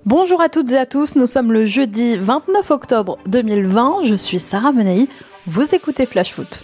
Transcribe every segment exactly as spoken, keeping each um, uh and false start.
Bonjour à toutes et à tous, nous sommes le jeudi vingt-neuf octobre deux mille vingt, je suis Sarah Menei, vous écoutez Flash Foot.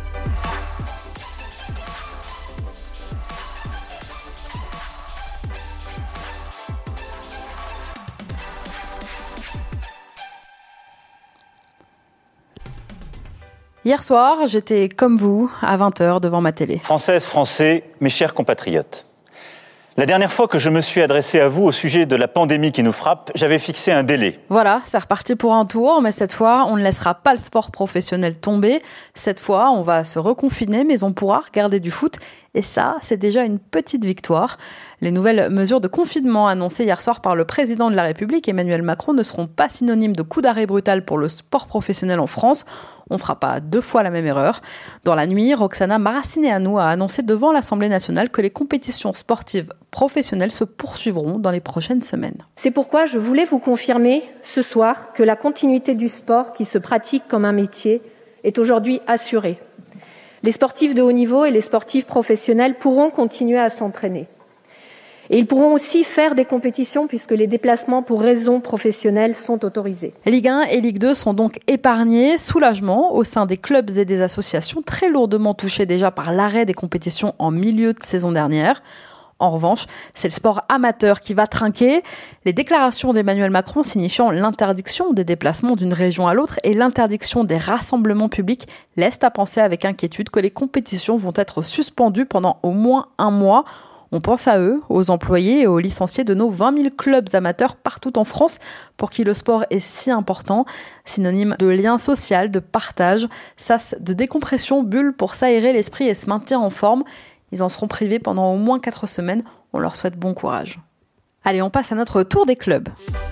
Hier soir, j'étais comme vous, à vingt heures devant ma télé. Françaises, Français, mes chers compatriotes. La dernière fois que je me suis adressé à vous au sujet de la pandémie qui nous frappe, j'avais fixé un délai. Voilà, c'est reparti pour un tour, mais cette fois, on ne laissera pas le sport professionnel tomber. Cette fois, on va se reconfiner, mais on pourra regarder du foot. Et ça, c'est déjà une petite victoire. Les nouvelles mesures de confinement annoncées hier soir par le président de la République, Emmanuel Macron, ne seront pas synonymes de coup d'arrêt brutal pour le sport professionnel en France. On ne fera pas deux fois la même erreur. Dans la nuit, Roxana Maracineanu a annoncé devant l'Assemblée nationale que les compétitions sportives professionnelles se poursuivront dans les prochaines semaines. C'est pourquoi je voulais vous confirmer ce soir que la continuité du sport qui se pratique comme un métier est aujourd'hui assurée. Les sportifs de haut niveau et les sportifs professionnels pourront continuer à s'entraîner. Et ils pourront aussi faire des compétitions puisque les déplacements pour raisons professionnelles sont autorisés. Ligue un et Ligue deux sont donc épargnés. Soulagement au sein des clubs et des associations très lourdement touchés déjà par l'arrêt des compétitions en milieu de saison dernière. En revanche, c'est le sport amateur qui va trinquer. Les déclarations d'Emmanuel Macron signifiant l'interdiction des déplacements d'une région à l'autre et l'interdiction des rassemblements publics laissent à penser avec inquiétude que les compétitions vont être suspendues pendant au moins un mois. On pense à eux, aux employés et aux licenciés de nos vingt mille clubs amateurs partout en France pour qui le sport est si important, synonyme de lien social, de partage, sas de décompression, bulle pour s'aérer l'esprit et se maintenir en forme. Ils en seront privés pendant au moins quatre semaines. On leur souhaite bon courage. Allez, on passe à notre tour des clubs.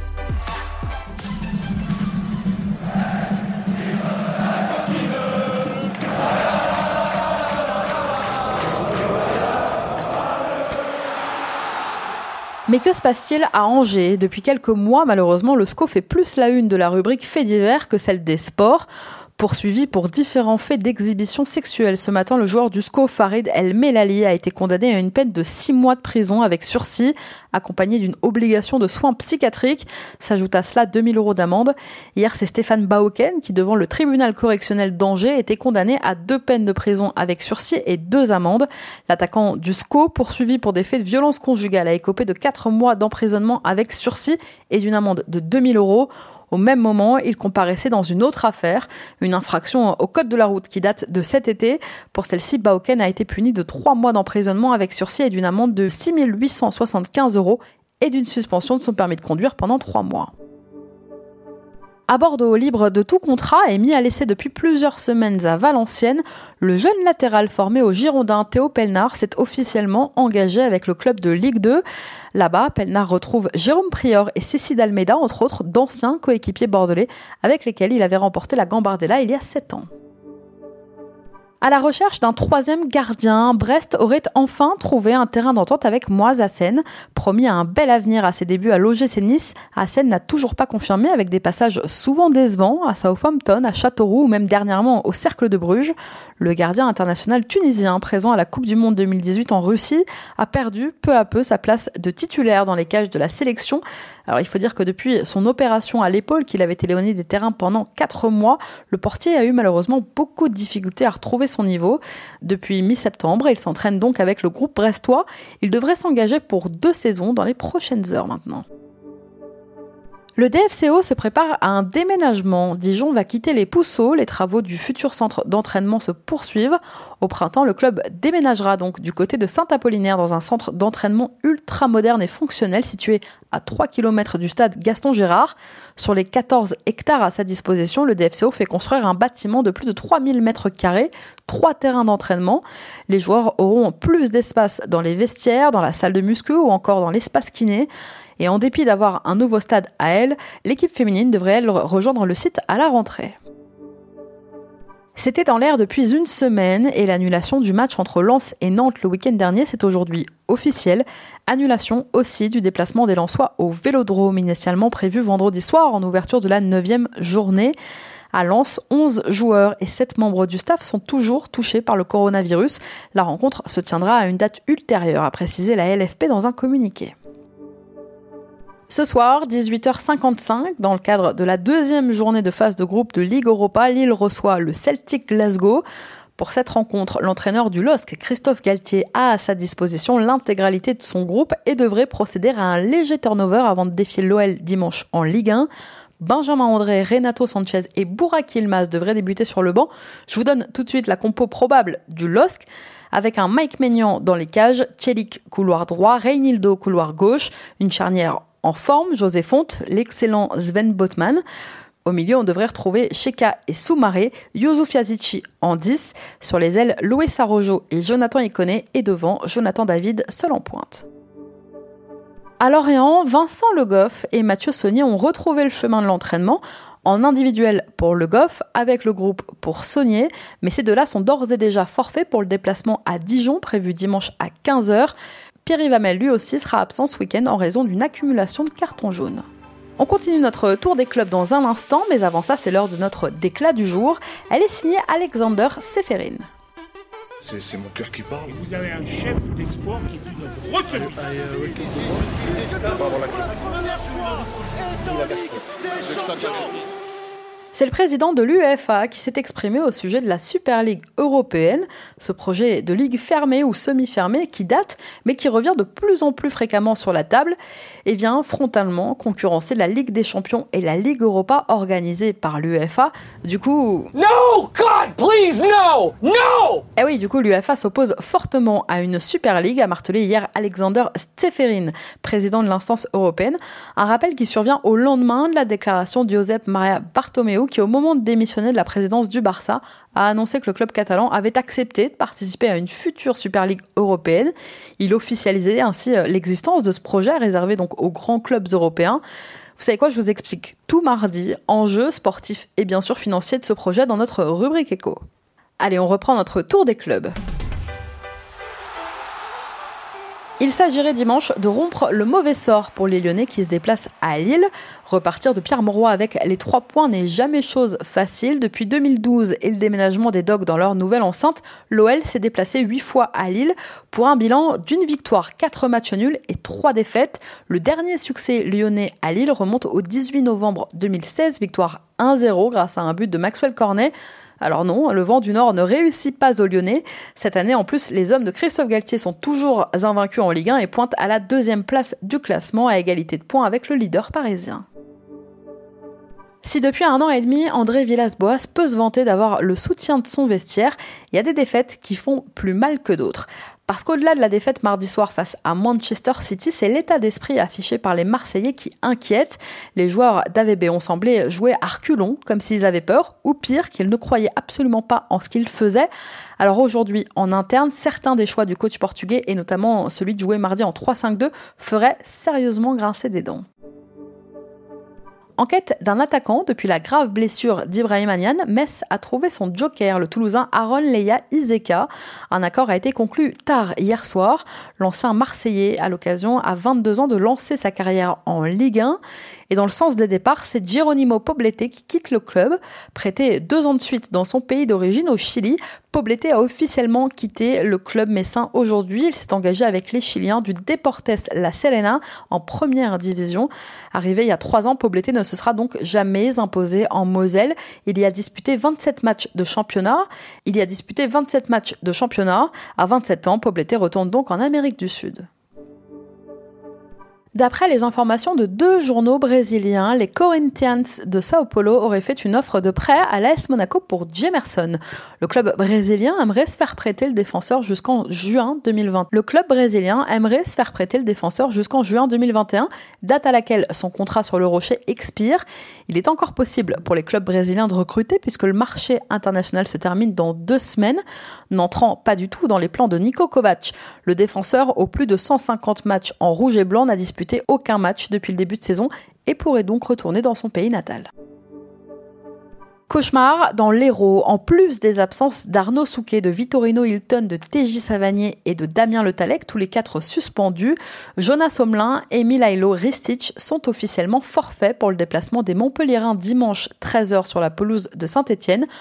Mais que se passe-t-il à Angers ? Depuis quelques mois, malheureusement, le S C O fait plus la une de la rubrique faits divers que celle des sports. Poursuivi pour différents faits d'exhibition sexuelle. Ce matin, le joueur du S C O, Farid El Melali, a été condamné à une peine de six mois de prison avec sursis, accompagné d'une obligation de soins psychiatriques. S'ajoute à cela deux mille euros d'amende. Hier, c'est Stéphane Bauken qui, devant le tribunal correctionnel d'Angers, était condamné à deux peines de prison avec sursis et deux amendes. L'attaquant du S C O, poursuivi pour des faits de violence conjugale, a écopé de quatre mois d'emprisonnement avec sursis et d'une amende de deux mille euros. Au même moment, il comparaissait dans une autre affaire, une infraction au code de la route qui date de cet été. Pour celle-ci, Bauken a été puni de trois mois d'emprisonnement avec sursis et d'une amende de six mille huit cent soixante-quinze euros et d'une suspension de son permis de conduire pendant trois mois. À Bordeaux, libre de tout contrat et mis à l'essai depuis plusieurs semaines à Valenciennes, le jeune latéral formé au Girondins Théo Pelnard s'est officiellement engagé avec le club de Ligue deux. Là-bas, Pelnard retrouve Jérôme Prior et Cécile Almeida, entre autres d'anciens coéquipiers bordelais avec lesquels il avait remporté la Gambardella il y a sept ans. À la recherche d'un troisième gardien, Brest aurait enfin trouvé un terrain d'entente avec Moise Hassen. Promis à un bel avenir à ses débuts à l'O G C Nice, Hassen n'a toujours pas confirmé avec des passages souvent décevants à Southampton, à Châteauroux ou même dernièrement au Cercle de Bruges. Le gardien international tunisien présent à la Coupe du Monde deux mille dix-huit en Russie a perdu peu à peu sa place de titulaire dans les cages de la sélection. Alors il faut dire que depuis son opération à l'épaule qu'il avait éloigné des terrains pendant quatre mois, le portier a eu malheureusement beaucoup de difficultés à retrouver son niveau. Depuis mi-septembre, il s'entraîne donc avec le groupe brestois. Il devrait s'engager pour deux saisons dans les prochaines heures maintenant. Le D F C O se prépare à un déménagement. Dijon va quitter les Pousseaux. Les travaux du futur centre d'entraînement se poursuivent. Au printemps, le club déménagera donc du côté de Saint-Apollinaire dans un centre d'entraînement ultra moderne et fonctionnel situé à trois kilomètres du stade Gaston Gérard. Sur les quatorze hectares à sa disposition, le D F C O fait construire un bâtiment de plus de trois mille mètres carrés, trois terrains d'entraînement. Les joueurs auront plus d'espace dans les vestiaires, dans la salle de muscu ou encore dans l'espace kiné. Et en dépit d'avoir un nouveau stade à elle, l'équipe féminine devrait elle rejoindre le site à la rentrée. C'était dans l'air depuis une semaine et l'annulation du match entre Lens et Nantes le week-end dernier, c'est aujourd'hui officiel. Annulation aussi du déplacement des Lensois au Vélodrome, initialement prévu vendredi soir en ouverture de la neuvième journée. À Lens, onze joueurs et sept membres du staff sont toujours touchés par le coronavirus. La rencontre se tiendra à une date ultérieure, a précisé la L F P dans un communiqué. Ce soir, dix-huit heures cinquante-cinq, dans le cadre de la deuxième journée de phase de groupe de Ligue Europa, Lille reçoit le Celtic Glasgow. Pour cette rencontre, l'entraîneur du L O S C, Christophe Galtier, a à sa disposition l'intégralité de son groupe et devrait procéder à un léger turnover avant de défier l'O L dimanche en Ligue un. Benjamin André, Renato Sanchez et Burak Yilmaz devraient débuter sur le banc. Je vous donne tout de suite la compo probable du L O S C, avec un Mike Maignan dans les cages, Celik couloir droit, Reinildo couloir gauche, une charnière en forme, José Fonte, l'excellent Sven Botman. Au milieu, on devrait retrouver Cheka et Soumaré, Youssouf Yazici en dix. Sur les ailes, Loé Sarojo et Jonathan Iconé. Et devant, Jonathan David, seul en pointe. À Lorient, Vincent Le Goff et Mathieu Saunier ont retrouvé le chemin de l'entraînement. En individuel pour Le Goff, avec le groupe pour Saunier. Mais ces deux-là sont d'ores et déjà forfaits pour le déplacement à Dijon, prévu dimanche à quinze heures. Pierre-Yves Hamel, lui aussi, sera absent ce week-end en raison d'une accumulation de cartons jaunes. On continue notre tour des clubs dans un instant, mais avant ça, c'est l'heure de notre déclat du jour. Elle est signée Alexander Seferin. C'est, c'est mon cœur qui parle. Et vous avez un chef d'espoir qui dit notre retenue. C'est le président de l'UEFA qui s'est exprimé au sujet de la Super League européenne, ce projet de ligue fermée ou semi-fermée qui date, mais qui revient de plus en plus fréquemment sur la table et vient frontalement concurrencer la Ligue des Champions et la Ligue Europa organisée par l'UEFA. Du coup... No! God, please, no! No! Eh oui, du coup, l'UEFA s'oppose fortement à une Super League, a martelé hier Alexander Seferin, président de l'instance européenne. Un rappel qui survient au lendemain de la déclaration de Josep Maria Bartomeu, qui, au moment de démissionner de la présidence du Barça, a annoncé que le club catalan avait accepté de participer à une future Super League européenne. Il officialisait ainsi l'existence de ce projet réservé donc aux grands clubs européens. Vous savez quoi, je vous explique tout mardi, enjeux sportifs et bien sûr financiers de ce projet dans notre rubrique éco. Allez, on reprend notre tour des clubs. Il s'agirait dimanche de rompre le mauvais sort pour les Lyonnais qui se déplacent à Lille. Repartir de Pierre Mauroy avec les trois points n'est jamais chose facile. Depuis deux mille douze et le déménagement des Dogs dans leur nouvelle enceinte, l'O L s'est déplacé huit fois à Lille pour un bilan d'une victoire, quatre matchs nuls et trois défaites. Le dernier succès lyonnais à Lille remonte au dix-huit novembre deux mille seize, victoire un zéro grâce à un but de Maxwell Cornet. Alors non, le vent du Nord ne réussit pas aux Lyonnais. Cette année, en plus, les hommes de Christophe Galtier sont toujours invaincus en Ligue un et pointent à la deuxième place du classement à égalité de points avec le leader parisien. Si depuis un an et demi, André Villas-Boas peut se vanter d'avoir le soutien de son vestiaire, il y a des défaites qui font plus mal que d'autres. Parce qu'au-delà de la défaite mardi soir face à Manchester City, c'est l'état d'esprit affiché par les Marseillais qui inquiète. Les joueurs d'A V B ont semblé jouer à reculons, comme s'ils avaient peur, ou pire, qu'ils ne croyaient absolument pas en ce qu'ils faisaient. Alors aujourd'hui, en interne, certains des choix du coach portugais, et notamment celui de jouer mardi en trois cinq deux, feraient sérieusement grincer des dents. En quête d'un attaquant, depuis la grave blessure d'Ibrahima Niane, Metz a trouvé son joker, le Toulousain Aaron Leia Iseka. Un accord a été conclu tard hier soir. L'ancien Marseillais a l'occasion, à vingt-deux ans, de lancer sa carrière en Ligue un. Et dans le sens des départs, c'est Geronimo Poblete qui quitte le club. Prêté deux ans de suite dans son pays d'origine, au Chili, Poblete a officiellement quitté le club messin aujourd'hui. Il s'est engagé avec les Chiliens du Deportes La Serena en première division. Arrivé il y a trois ans, Poblete ne se sera donc jamais imposé en Moselle. Il y a disputé vingt-sept matchs de championnat. Il y a disputé vingt-sept matchs de championnat. À vingt-sept ans, Poblete retourne donc en Amérique du Sud. D'après les informations de deux journaux brésiliens, les Corinthians de Sao Paulo auraient fait une offre de prêt à l'A S Monaco pour Jamerson. Le club brésilien aimerait se faire prêter le défenseur jusqu'en juin deux mille vingt. Le club brésilien aimerait se faire prêter le défenseur jusqu'en juin deux mille vingt et un, date à laquelle son contrat sur le Rocher expire. Il est encore possible pour les clubs brésiliens de recruter puisque le marché international se termine dans deux semaines, n'entrant pas du tout dans les plans de Niko Kovac. Le défenseur, aux plus de cent cinquante matchs en rouge et blanc, n'a disputé aucun match depuis le début de saison et pourrait donc retourner dans son pays natal. Cauchemar dans l'Hérault. En plus des absences d'Arnaud Souquet, de Vitorino Hilton, de T J Savanier et de Damien Le Tallec, tous les quatre suspendus, Jonas Homelin et Milailo Ristic sont officiellement forfaits pour le déplacement des Montpelliérains dimanche treize heures sur la pelouse de Saint-Étienne.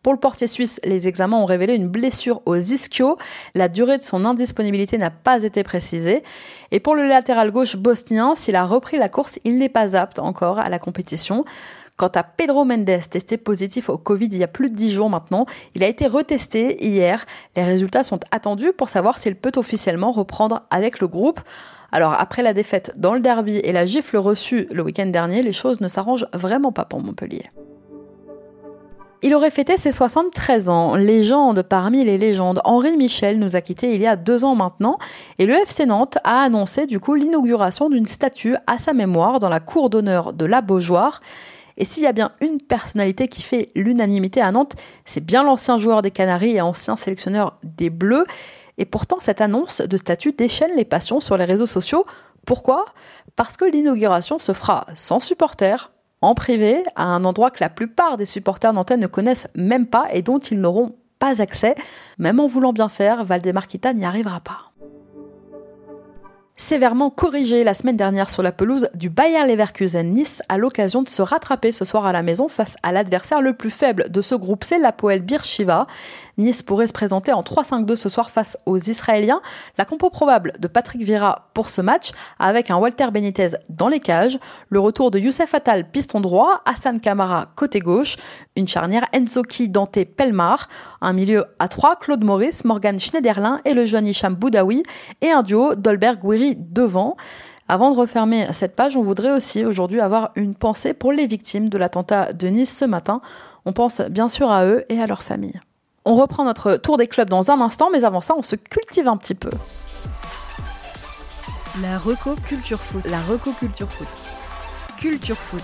Pour le portier suisse, les examens ont révélé une blessure aux ischios. La durée de son indisponibilité n'a pas été précisée. Et pour le latéral gauche bosnien, s'il a repris la course, il n'est pas apte encore à la compétition. Quant à Pedro Mendes, testé positif au Covid il y a plus de dix jours maintenant, il a été retesté hier. Les résultats sont attendus pour savoir s'il peut officiellement reprendre avec le groupe. Alors après la défaite dans le derby et la gifle reçue le week-end dernier, les choses ne s'arrangent vraiment pas pour Montpellier. Il aurait fêté ses soixante-treize ans. Légende parmi les légendes, Henri Michel nous a quittés il y a deux ans maintenant et le F C Nantes a annoncé du coup l'inauguration d'une statue à sa mémoire dans la cour d'honneur de la Beaujoire. Et s'il y a bien une personnalité qui fait l'unanimité à Nantes, c'est bien l'ancien joueur des Canaries et ancien sélectionneur des Bleus. Et pourtant, cette annonce de statut déchaîne les passions sur les réseaux sociaux. Pourquoi ? Parce que l'inauguration se fera sans supporters, en privé, à un endroit que la plupart des supporters nantais ne connaissent même pas et dont ils n'auront pas accès. Même en voulant bien faire, Valdemar Kita n'y arrivera pas. Sévèrement corrigé la semaine dernière sur la pelouse du Bayer Leverkusen, Nice a l'occasion de se rattraper ce soir à la maison face à l'adversaire le plus faible de ce groupe, c'est l'Hapoel Beersheva. Nice pourrait se présenter en trois cinq deux ce soir face aux Israéliens. La compo probable de Patrick Vieira pour ce match, avec un Walter Benitez dans les cages, le retour de Youssef Attal piston droit, Hassan Kamara côté gauche, une charnière Nzoki Dante Pelmar, un milieu à trois, Claude Maurice, Morgan Schneiderlin et le jeune Hicham Boudaoui, et un duo Dolberg-Guiri devant. Avant de refermer cette page, on voudrait aussi aujourd'hui avoir une pensée pour les victimes de l'attentat de Nice ce matin. On pense bien sûr à eux et à leurs familles. On reprend notre tour des clubs dans un instant, mais avant ça, on se cultive un petit peu. La Reco Culture Foot. La Reco Culture Foot. Culture Foot.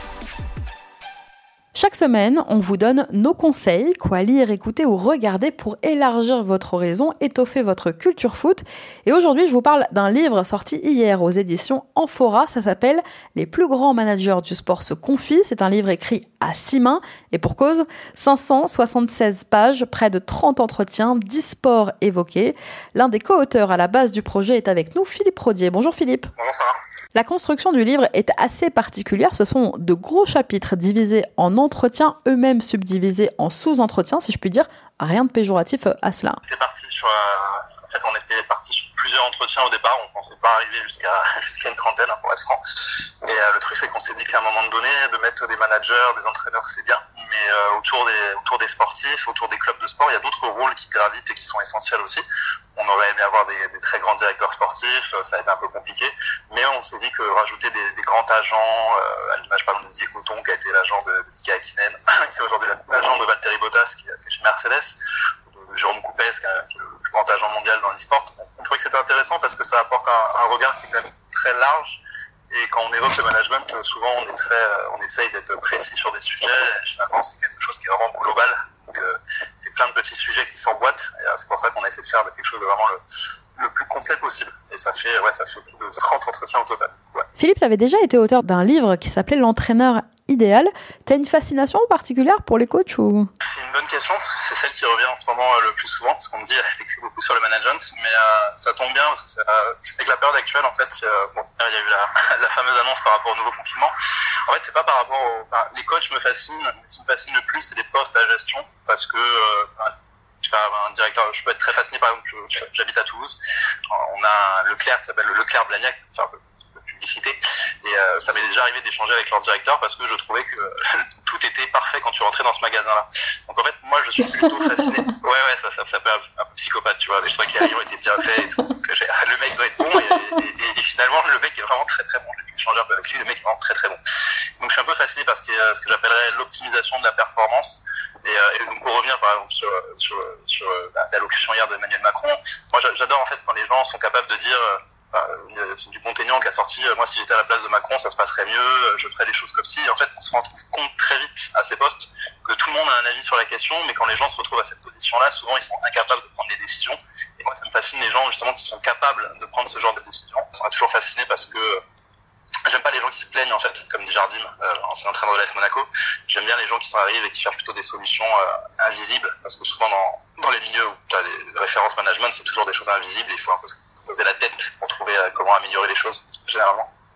Chaque semaine, on vous donne nos conseils, quoi lire, écouter ou regarder pour élargir votre horizon, étoffer votre culture foot. Et aujourd'hui, je vous parle d'un livre sorti hier aux éditions Amphora. Ça s'appelle « Les plus grands managers du sport se confient ». C'est un livre écrit à six mains et pour cause, cinq cent soixante-seize pages, près de trente entretiens, dix sports évoqués. L'un des co-auteurs à la base du projet est avec nous, Philippe Rodier. Bonjour Philippe. Bonjour Sarah. La construction du livre est assez particulière. Ce sont de gros chapitres divisés en entretiens, eux-mêmes subdivisés en sous-entretiens, si je puis dire. Rien de péjoratif à cela. On était parti sur, euh, en fait, on était parti sur plusieurs entretiens au départ. On pensait pas arriver jusqu'à, jusqu'à une trentaine, pour être franc. Et euh, le truc, c'est qu'on s'est dit qu'à un moment donné, de mettre des managers, des entraîneurs, c'est bien. Mais euh, autour des, autour des sportifs, autour des clubs de sport, il y a d'autres rôles qui gravitent et qui sont essentiels aussi. On aurait aimé avoir des, des très grands directeurs sportifs, ça a été un peu compliqué, mais on s'est dit que rajouter des, des grands agents, euh, à l'image par exemple de Didier Coton, qui a été l'agent de, de Mika Hakkinen, qui est aujourd'hui l'agent de Valtteri Bottas, qui est chez Mercedes, de Jérôme Coupes, qui est le plus grand agent mondial dans l'e-sport. On, on trouvait que c'était intéressant parce que ça apporte un, un regard qui est quand même très large. Et quand on évoque le management, souvent on est très, on essaye d'être précis sur des sujets. Et finalement, c'est quelque chose qui est vraiment global. Donc, euh, c'est plein de petits sujets qui s'emboîtent. Et euh, c'est pour ça qu'on a essayé de faire quelque chose de vraiment le, le plus complet possible. Et ça fait, ouais, ça fait plus de trente entretiens au total. Ouais. Philippe, tu avais déjà été auteur d'un livre qui s'appelait L'entraîneur idéal. Tu as une fascination particulière pour les coachs ou... C'est une bonne question. C'est celle qui revient en ce moment euh, le plus souvent, parce qu'on me dit qu'elle écrit beaucoup sur le management, mais euh, ça tombe bien parce que c'est, euh, avec la période actuelle, en fait, euh, bon, il y a eu la, la fameuse annonce par rapport au nouveau confinement. En fait, c'est pas par rapport au, enfin, les coachs me fascinent. Ce qui me fascine le plus, c'est les postes à gestion, parce que euh, enfin, je sais pas, un directeur, je peux être très fasciné. Par exemple, je, j'habite à Toulouse. On a un Leclerc qui s'appelle le Leclerc Blagnac, enfin, publicité. Et euh, ça m'est déjà arrivé d'échanger avec leur directeur parce que je trouvais que tout était parfait quand tu rentrais dans ce magasin-là. Donc en fait, moi, je suis plutôt fasciné. Ouais, ouais, ça, ça, ça peut être un peu psychopathe, tu vois. Mais je trouvais que les rayons étaient bien faits et tout. Que j'ai, le mec doit être bon et, et, et, et finalement, le mec est vraiment très très bon. J'ai pu échanger un peu avec lui, le mec est vraiment très très bon. Donc je suis un peu fasciné par ce, qui est, ce que j'appellerais l'optimisation de la performance. Et, euh, et donc pour revenir par exemple sur, sur, sur bah, l'allocution hier d'Emmanuel Macron, moi j'adore en fait quand les gens sont capables de dire euh, c'est du Dupont-Aignan qui a sorti moi si j'étais à la place de Macron ça se passerait mieux, je ferais des choses comme si. En fait on se rend compte très vite à ces postes que tout le monde a un avis sur la question, mais quand les gens se retrouvent à cette position-là, souvent ils sont incapables de prendre des décisions. Et moi ça me fascine les gens justement qui sont capables de prendre ce genre de décisions. Ça m'a toujours fasciné parce que j'aime pas les gens qui se plaignent en fait, comme dit Jardim, euh, ancien entraîneur de l'A S Monaco. J'aime bien les gens qui sont arrivés et qui cherchent plutôt des solutions euh, invisibles, parce que souvent dans, dans les milieux où tu as des références management, c'est toujours des choses invisibles et il faut un peu se poser la tête pour trouver euh, comment améliorer les choses, généralement.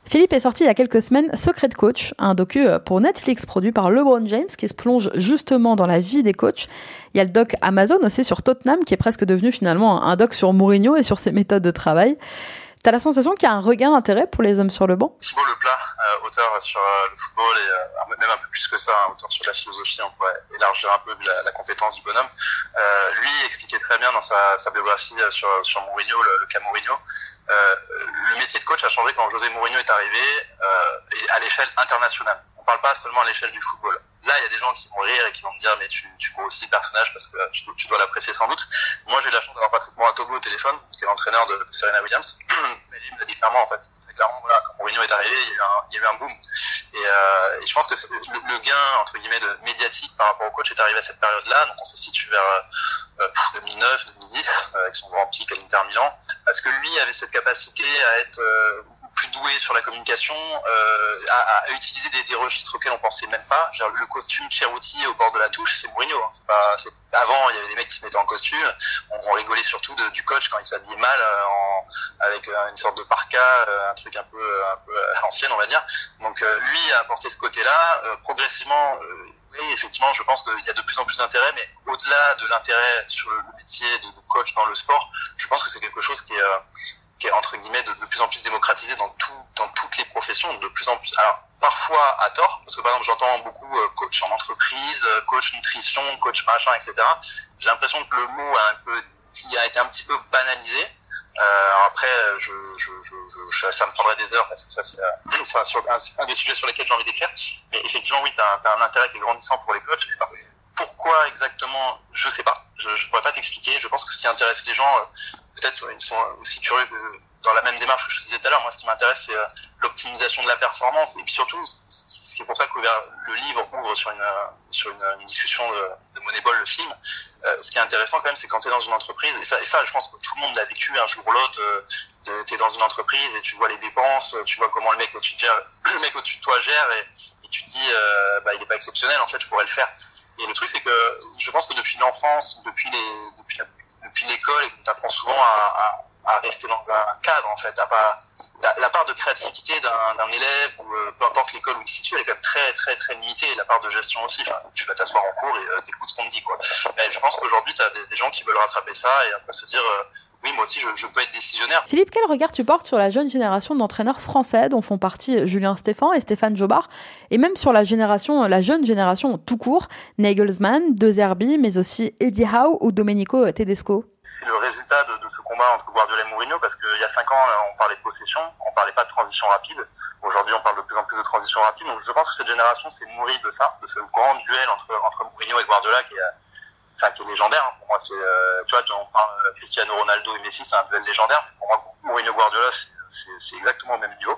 Philippe est sorti il y a quelques semaines Secret Coach, un docu pour Netflix produit par LeBron James qui se plonge justement dans la vie des coachs. Il y a le doc Amazon aussi sur Tottenham qui est presque devenu finalement un doc sur Mourinho et sur ses méthodes de travail. T'as la sensation qu'il y a un regain d'intérêt pour les hommes sur le banc? Thibaut Leplat, euh, auteur sur euh, le football et euh, même un peu plus que ça, hein, auteur sur la philosophie, on pourrait élargir un peu vu la, la compétence du bonhomme. Euh, lui expliquait très bien dans sa, sa biographie euh, sur, sur Mourinho, le, le cas Mourinho. Euh, le métier de coach a changé quand José Mourinho est arrivé euh, et à l'échelle internationale. On parle pas seulement à l'échelle du football. Là, il y a des gens qui vont rire et qui vont me dire mais tu, tu grossis le personnage parce que tu, tu dois l'apprécier sans doute. Moi, j'ai eu la chance d'avoir Patrick Moratoglou au téléphone, qui est l'entraîneur de, de Serena Williams. Mais il me l'a dit clairement en fait. Clairement, voilà, quand Mourinho est arrivé, il y a eu un, il y a eu un boom. Et, euh, et je pense que c'est, le, le gain entre guillemets de médiatique par rapport au coach est arrivé à cette période-là. Donc on se situe vers euh, deux mille neuf, deux mille dix, euh, avec son grand pic à l'Inter Milan, parce que lui avait cette capacité à être euh, plus doué sur la communication, euh, à, à utiliser des, des registres auxquels on pensait même pas. Genre, le costume Cerutti au bord de la touche, c'est Mourinho. Hein. C'est pas, c'est, avant, il y avait des mecs qui se mettaient en costume. On, on rigolait surtout de, du coach quand il s'habillait mal, euh, en, avec euh, une sorte de parka, euh, un truc un peu, un peu à l'ancienne, on va dire. Donc euh, lui a apporté ce côté-là. Euh, progressivement, euh, oui, effectivement, je pense qu'il y a de plus en plus d'intérêt, mais au-delà de l'intérêt sur le métier de coach dans le sport, je pense que c'est quelque chose qui est euh, qui est entre guillemets de, de plus en plus démocratisé dans tout, dans toutes les professions, de plus en plus. Alors parfois à tort, parce que par exemple j'entends beaucoup euh, coach en entreprise, euh, coach nutrition, coach machin, et cetera. J'ai l'impression que le mot a un peu, qui a été un petit peu banalisé. Euh, après, je, je, je, je, ça me prendrait des heures parce que ça c'est, euh, c'est un, sur, un, un des sujets sur lesquels j'ai envie d'écrire. Mais effectivement, oui, t'as, t'as un intérêt qui est grandissant pour les coachs. Et par, pourquoi exactement, je sais pas. Je, je pourrais pas t'expliquer. Je pense que ce qui intéresse les gens, euh, peut-être ils sont aussi curieux que dans la même démarche que je te disais tout à l'heure. Moi, ce qui m'intéresse, c'est euh, l'optimisation de la performance. Et puis surtout, c'est pour ça que le livre ouvre sur une, sur une, une discussion de, de Moneyball, le film. Euh, ce qui est intéressant quand même, c'est quand tu es dans une entreprise, et ça, et ça, je pense que tout le monde l'a vécu un jour ou l'autre, euh, tu es dans une entreprise et tu vois les dépenses, tu vois comment le mec au-dessus de, gère, le mec au-dessus de toi gère, et, et tu te dis, euh, bah, il est pas exceptionnel, en fait, je pourrais le faire. Et le truc, c'est que je pense que depuis l'enfance, depuis, les, depuis, la, depuis l'école, tu apprends souvent à, à, à rester dans un cadre, en fait. À pas, la, la part de créativité d'un, d'un élève, ou euh, peu importe l'école où il se situe, elle est quand même très, très, très limitée. Et la part de gestion aussi. Enfin, tu vas t'asseoir en cours et euh, t'écoutes ce qu'on te dit, quoi. Mais je pense qu'aujourd'hui, tu as des, des gens qui veulent rattraper ça et après se dire, euh, oui, moi aussi, je, je peux être décisionnaire. Philippe, quel regard tu portes sur la jeune génération d'entraîneurs français dont font partie Julien Stéphan et Stéphane Jobard, et même sur la génération, la jeune génération tout court, Nagelsmann, De Zerbi, mais aussi Eddie Howe ou Domenico Tedesco? C'est le résultat de, de ce combat entre Guardiola et Mourinho, parce qu'il y a cinq ans, on parlait de possession, on parlait pas de transition rapide. Aujourd'hui, on parle de plus en plus de transition rapide. Donc, je pense que cette génération s'est nourrie de ça, de ce grand duel entre, entre Mourinho et Guardiola qui est, enfin, qui est légendaire. Hein. Pour moi, c'est, euh, tu vois, on parle de Cristiano Ronaldo et Messi, c'est un duel légendaire. Pour moi, Mourinho-Guardiola, c'est, c'est, c'est exactement au même niveau.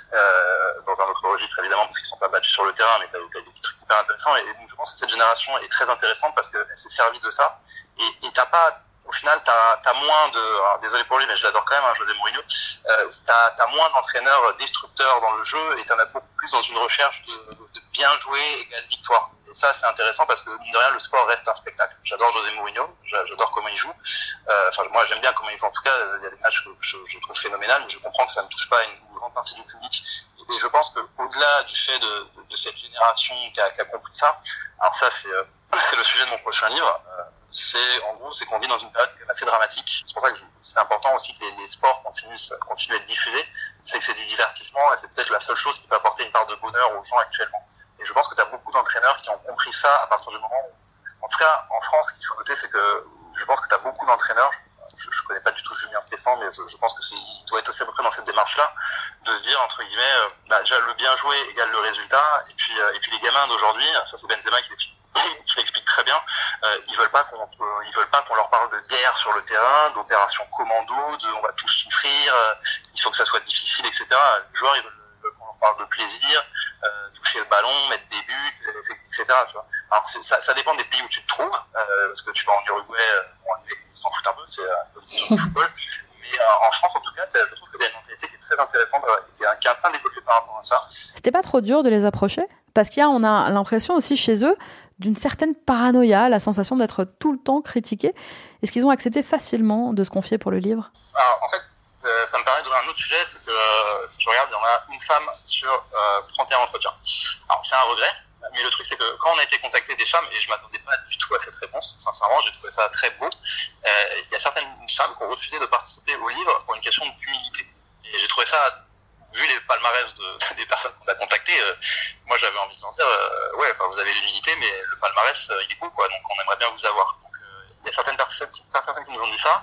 Euh, dans un autre registre, évidemment, parce qu'ils sont pas battus sur le terrain, mais t'as, t'as des petits trucs hyper intéressants. Et, et donc, je pense que cette génération est très intéressante parce qu'elle s'est servie de ça. Et, et t'as pas, au final, t'as, t'as moins de, alors, désolé pour lui, mais je l'adore quand même, hein, José Mourinho, euh, t'as, t'as moins d'entraîneurs destructeurs dans le jeu et t'en as beaucoup plus dans une recherche de, de bien jouer égale victoire. Et ça, c'est intéressant parce que, mine de rien, le sport reste un spectacle. J'adore José Mourinho, j'adore comment il joue. Euh, enfin, moi, j'aime bien comment il joue. En tout cas, il y a des matchs que je, je trouve phénoménal, mais je comprends que ça ne touche pas une grande partie du public. Et je pense qu'au-delà du fait de, de, de cette génération qui a, qui a compris ça, alors ça, c'est, euh, c'est le sujet de mon prochain livre, euh, c'est, en gros, c'est qu'on vit dans une période assez dramatique. C'est pour ça que je, c'est important aussi que les, les sports continuent, continuent à être diffusés. C'est que c'est du divertissement et c'est peut-être la seule chose qui peut apporter une part de bonheur aux gens actuellement. Et je pense que tu as beaucoup d'entraîneurs qui ont compris ça à partir du moment où, en tout cas, en France, ce qu'il faut noter, c'est que je pense que tu as beaucoup d'entraîneurs, je, je connais pas du tout Julien Stéphan, mais je, je pense que c'est, il doit être aussi à peu près dans cette démarche-là, de se dire, entre guillemets, euh, bah, déjà, le bien joué égale le résultat, et puis, euh, et puis les gamins d'aujourd'hui, ça c'est Benzema qui l'explique, qui l'explique très bien, euh, ils veulent pas qu'on, euh, ils veulent pas qu'on leur parle de guerre sur le terrain, d'opération commando, de on va tous souffrir, euh, il faut que ça soit difficile, et cetera. Les joueurs, ils veulent on parle de plaisir, euh, toucher le ballon, mettre des buts, et cetera. Tu vois. Alors, c'est, ça, ça dépend des pays où tu te trouves, euh, parce que tu vas en Uruguay, bon, ils s'en foutent un peu, c'est euh, le football. Mais euh, en France, en tout cas, je trouve qu'il y a une mentalité qui est très intéressante, qui est, qui est en train d'évoluer par rapport à ça. C'était pas trop dur de les approcher? Parce qu'il y a, on a l'impression aussi chez eux d'une certaine paranoïa, la sensation d'être tout le temps critiqués. Est-ce qu'ils ont accepté facilement de se confier pour le livre? Alors, en fait, ça, ça me permet d'ouvrir un autre sujet, c'est que euh, si tu regardes, il y en a une femme sur euh, trente et un entretiens. Alors c'est un regret, mais le truc c'est que quand on a été contacté des femmes, et je m'attendais pas du tout à cette réponse, sincèrement j'ai trouvé ça très beau, euh, il y a certaines femmes qui ont refusé de participer au livre pour une question d'humilité. Et j'ai trouvé ça, vu les palmarès de, des personnes qu'on a contactées, euh, moi j'avais envie de leur dire, euh, ouais, enfin, vous avez l'humilité, mais le palmarès euh, il est beau, quoi, donc on aimerait bien vous avoir. Donc euh, il y a certaines personnes, personnes qui nous ont dit ça.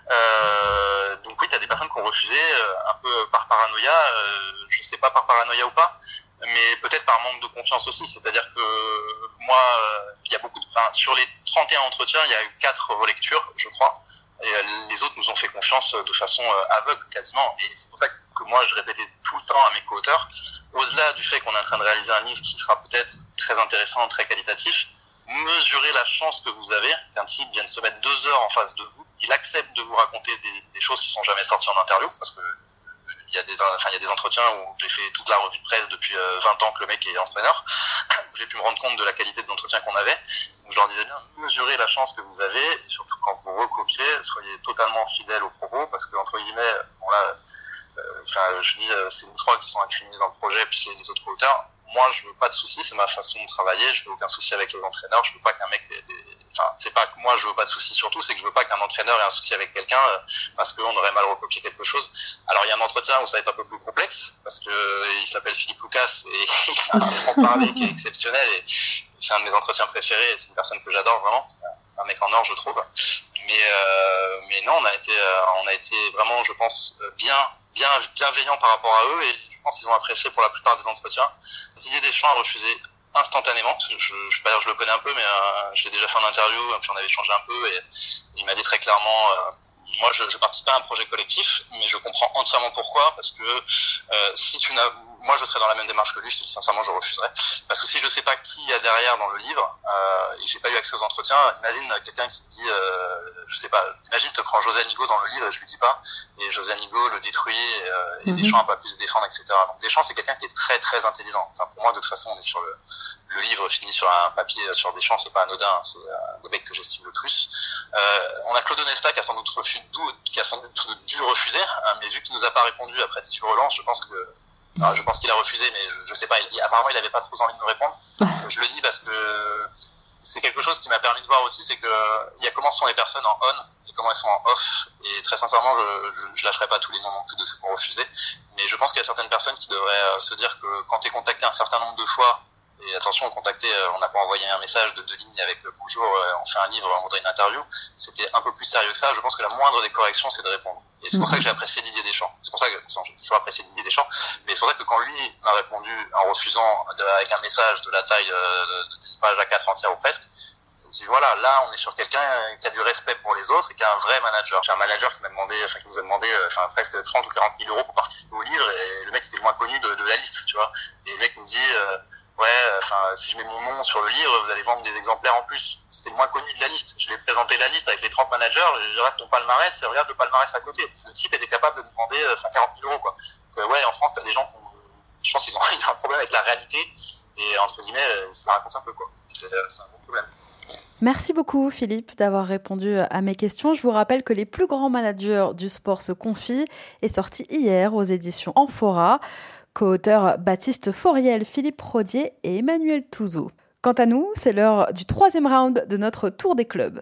Euh, donc oui, il y a des personnes qui ont refusé, euh, un peu par paranoïa, euh, je sais pas par paranoïa ou pas, mais peut-être par manque de confiance aussi. C'est-à-dire que moi, euh, il y a beaucoup de, enfin, sur les trente et un entretiens, il y a eu quatre relectures, je crois, et euh, les autres nous ont fait confiance de façon euh, aveugle quasiment. Et c'est pour ça que moi, je répétais tout le temps à mes co-auteurs, au-delà du fait qu'on est en train de réaliser un livre qui sera peut-être très intéressant, très qualitatif, mesurez la chance que vous avez qu'un type vienne se mettre deux heures en face de vous, il accepte de vous raconter des, des choses qui sont jamais sorties en interview, parce que il y a des, enfin, il y a des entretiens où j'ai fait toute la revue de presse depuis vingt ans que le mec est entraîneur. J'ai pu me rendre compte de la qualité des entretiens qu'on avait. Donc je leur disais bien, mesurez la chance que vous avez, et surtout quand vous recopiez, soyez totalement fidèles aux propos, parce que entre guillemets, bon là, euh, enfin, je dis, euh, c'est nous trois qui sont incriminés dans le projet, puis les autres co-auteurs. Moi, je veux pas de soucis, c'est ma façon de travailler, je veux aucun souci avec les entraîneurs, je veux pas qu'un mec ait des... Enfin, c'est pas que moi je veux pas de soucis surtout, c'est que je veux pas qu'un entraîneur ait un souci avec quelqu'un euh, parce qu'on aurait mal recopié quelque chose. Alors il y a un entretien où ça va être un peu plus complexe, parce que euh, il s'appelle Philippe Lucas et il a un franc-parler qui est exceptionnel, et c'est un de mes entretiens préférés, c'est une personne que j'adore vraiment, c'est un, un mec en or je trouve. Mais euh, mais non, on a été euh, on a été vraiment, je pense, bien bien bienveillant par rapport à eux, et je pense qu'ils ont apprécié pour la plupart des entretiens. Didier Deschamps a refusé instantanément, je, je, je, pas, je le connais un peu, mais euh, je l'ai déjà fait en interview, puis on avait échangé un peu, et, et il m'a dit très clairement, euh, moi je, je participe pas à un projet collectif, mais je comprends entièrement pourquoi, parce que euh, si tu n'as, moi je serais dans la même démarche que lui, je te dis sincèrement, je refuserais, parce que si je sais pas qui il y a derrière dans le livre, euh, et j'ai pas eu accès aux entretiens, imagine quelqu'un qui dit, euh, je sais pas, imagine te prends José Anigo dans le livre et je lui dis pas, et José Anigo le détruit, et, euh, et mm-hmm. Deschamps n'a pas pu se défendre, et cetera. Donc Deschamps c'est quelqu'un qui est très très intelligent. Enfin pour moi de toute façon on est sur le le livre finit sur un papier sur Deschamps, c'est pas anodin, c'est euh, le mec que j'estime le plus. Euh, on a Claude Onesta qui a sans doute refusé, qui a sans doute dû refuser, hein, mais vu qu'il nous a pas répondu après tu relances, je pense que non, je pense qu'il a refusé, mais je, je sais pas. Il, apparemment, il avait pas trop envie de me répondre. Je le dis parce que c'est quelque chose qui m'a permis de voir aussi, c'est que il y a comment sont les personnes en on et comment elles sont en off. Et très sincèrement, je, je, je lâcherai pas tous les noms non plus de ceux qui ont refusé. Mais je pense qu'il y a certaines personnes qui devraient se dire que quand t'es contacté un certain nombre de fois, et attention, contacter, on n'a pas envoyé un message de deux lignes avec le bonjour, on fait un livre, on voudrait une interview. C'était un peu plus sérieux que ça. Je pense que la moindre des corrections, c'est de répondre. Et c'est pour ça que j'ai apprécié Didier Deschamps. C'est pour ça que, non, j'ai toujours apprécié Didier Deschamps, mais c'est pour ça que quand lui m'a répondu en refusant de, avec un message de la taille euh, d'une page A quatre entière ou presque, je me dis voilà, là on est sur quelqu'un qui a du respect pour les autres et qui est un vrai manager. J'ai un manager qui m'a demandé, enfin qui nous a demandé, enfin presque trente ou quarante mille euros pour participer au livre, et le mec était le moins connu de, de la liste, tu vois. Et le mec me dit euh, ouais, enfin, si je mets mon nom sur le livre, vous allez vendre des exemplaires en plus. C'était le moins connu de la liste. Je vais présenter la liste avec les trente managers, je regarde ton palmarès, et regarde le palmarès à côté. Le type était capable de demander enfin, quarante mille euros, quoi. Donc, euh, ouais, en France, t'as des gens qui ont, je pense qu'ils ont, ils ont un problème avec la réalité, et entre guillemets, ils se la racontent un peu, quoi. C'est, c'est un bon problème. Merci beaucoup Philippe d'avoir répondu à mes questions. Je vous rappelle que Les plus grands managers du sport se confient est sorti hier aux éditions Amphora. Co-auteurs Baptiste Fauriel, Philippe Rodier et Emmanuel Touzeau. Quant à nous, c'est l'heure du troisième round de notre tour des clubs.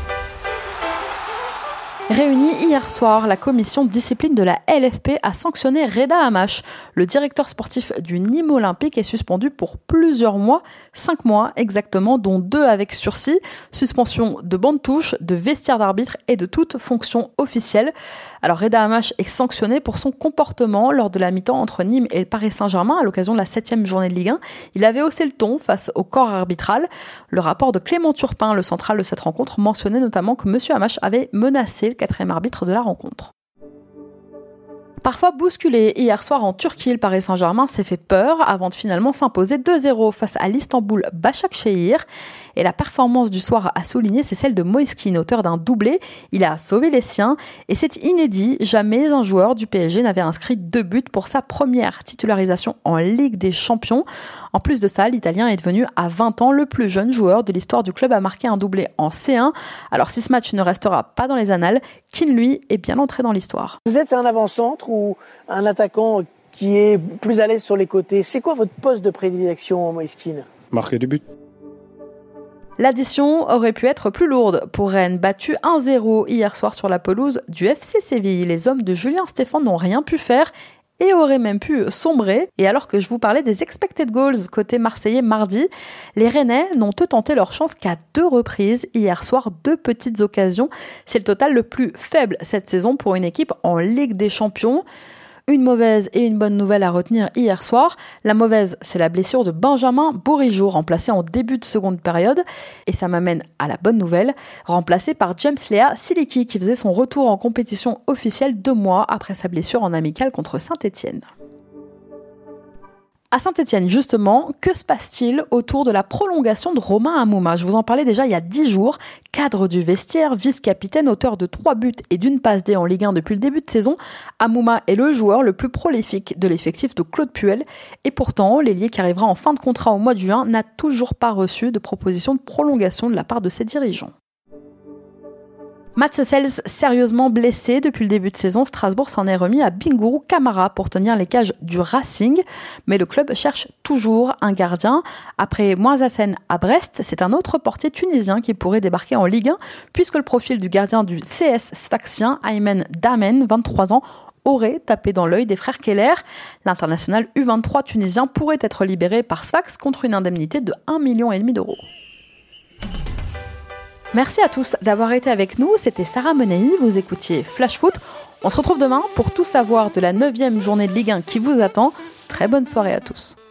Réunie hier soir, la commission de discipline de la L F P a sanctionné Reda Hammach. Le directeur sportif du Nîmes Olympique est suspendu pour plusieurs mois, cinq mois exactement, dont deux avec sursis, suspension de banc de touche, de vestiaire d'arbitre et de toute fonction officielle. Alors Reda Hammach est sanctionné pour son comportement lors de la mi-temps entre Nîmes et le Paris Saint-Germain à l'occasion de la septième journée de Ligue un. Il avait haussé le ton face au corps arbitral. Le rapport de Clément Turpin, le central de cette rencontre, mentionnait notamment que M. Hammach avait menacé le quatrième arbitre de la rencontre. Parfois bousculé, hier soir en Turquie, le Paris Saint-Germain s'est fait peur avant de finalement s'imposer deux zéro face à l'Istanbul Başakşehir. Et la performance du soir à souligner, c'est celle de Moise Kean, auteur d'un doublé. Il a sauvé les siens et c'est inédit. Jamais un joueur du P S G n'avait inscrit deux buts pour sa première titularisation en Ligue des Champions. En plus de ça, l'Italien est devenu à vingt ans le plus jeune joueur de l'histoire du club à marquer un doublé en C un. Alors si ce match ne restera pas dans les annales, Kean, lui, est bien entré dans l'histoire. Vous êtes un avant-centre ou un attaquant qui est plus à l'aise sur les côtés. C'est quoi votre poste de prédilection, Moise Kean ? Marquer des buts. L'addition aurait pu être plus lourde pour Rennes, battu un zéro hier soir sur la pelouse du F C Séville. Les hommes de Julien Stéphan n'ont rien pu faire et auraient même pu sombrer. Et alors que je vous parlais des expected goals côté marseillais mardi, les Rennais n'ont eux tenté leur chance qu'à deux reprises. Hier soir, deux petites occasions. C'est le total le plus faible cette saison pour une équipe en Ligue des Champions. Une mauvaise et une bonne nouvelle à retenir hier soir. La mauvaise, c'est la blessure de Benjamin Bourigeaud, remplacé en début de seconde période. Et ça m'amène à la bonne nouvelle, remplacé par James Lea Siliki, qui faisait son retour en compétition officielle deux mois après sa blessure en amical contre Saint-Étienne. À Saint-Étienne, justement, que se passe-t-il autour de la prolongation de Romain Hamouma ? Je vous en parlais déjà il y a dix jours. Cadre du vestiaire, vice-capitaine, auteur de trois buts et d'une passe D en Ligue un depuis le début de saison, Hamouma est le joueur le plus prolifique de l'effectif de Claude Puel. Et pourtant, l'ailier qui arrivera en fin de contrat au mois de juin n'a toujours pas reçu de proposition de prolongation de la part de ses dirigeants. Mats Hussels, sérieusement blessé depuis le début de saison, Strasbourg s'en est remis à Bingourou Kamara pour tenir les cages du Racing. Mais le club cherche toujours un gardien. Après Moisassen à Brest, c'est un autre portier tunisien qui pourrait débarquer en Ligue un, puisque le profil du gardien du C S Sfaxien, Aymen Damen, vingt-trois ans, aurait tapé dans l'œil des frères Keller. L'international U vingt-trois tunisien pourrait être libéré par Sfax contre une indemnité de un virgule cinq million d'euros. Merci à tous d'avoir été avec nous, c'était Sarah Menei, vous écoutiez Flash Foot. On se retrouve demain pour tout savoir de la neuvième journée de Ligue un qui vous attend. Très bonne soirée à tous.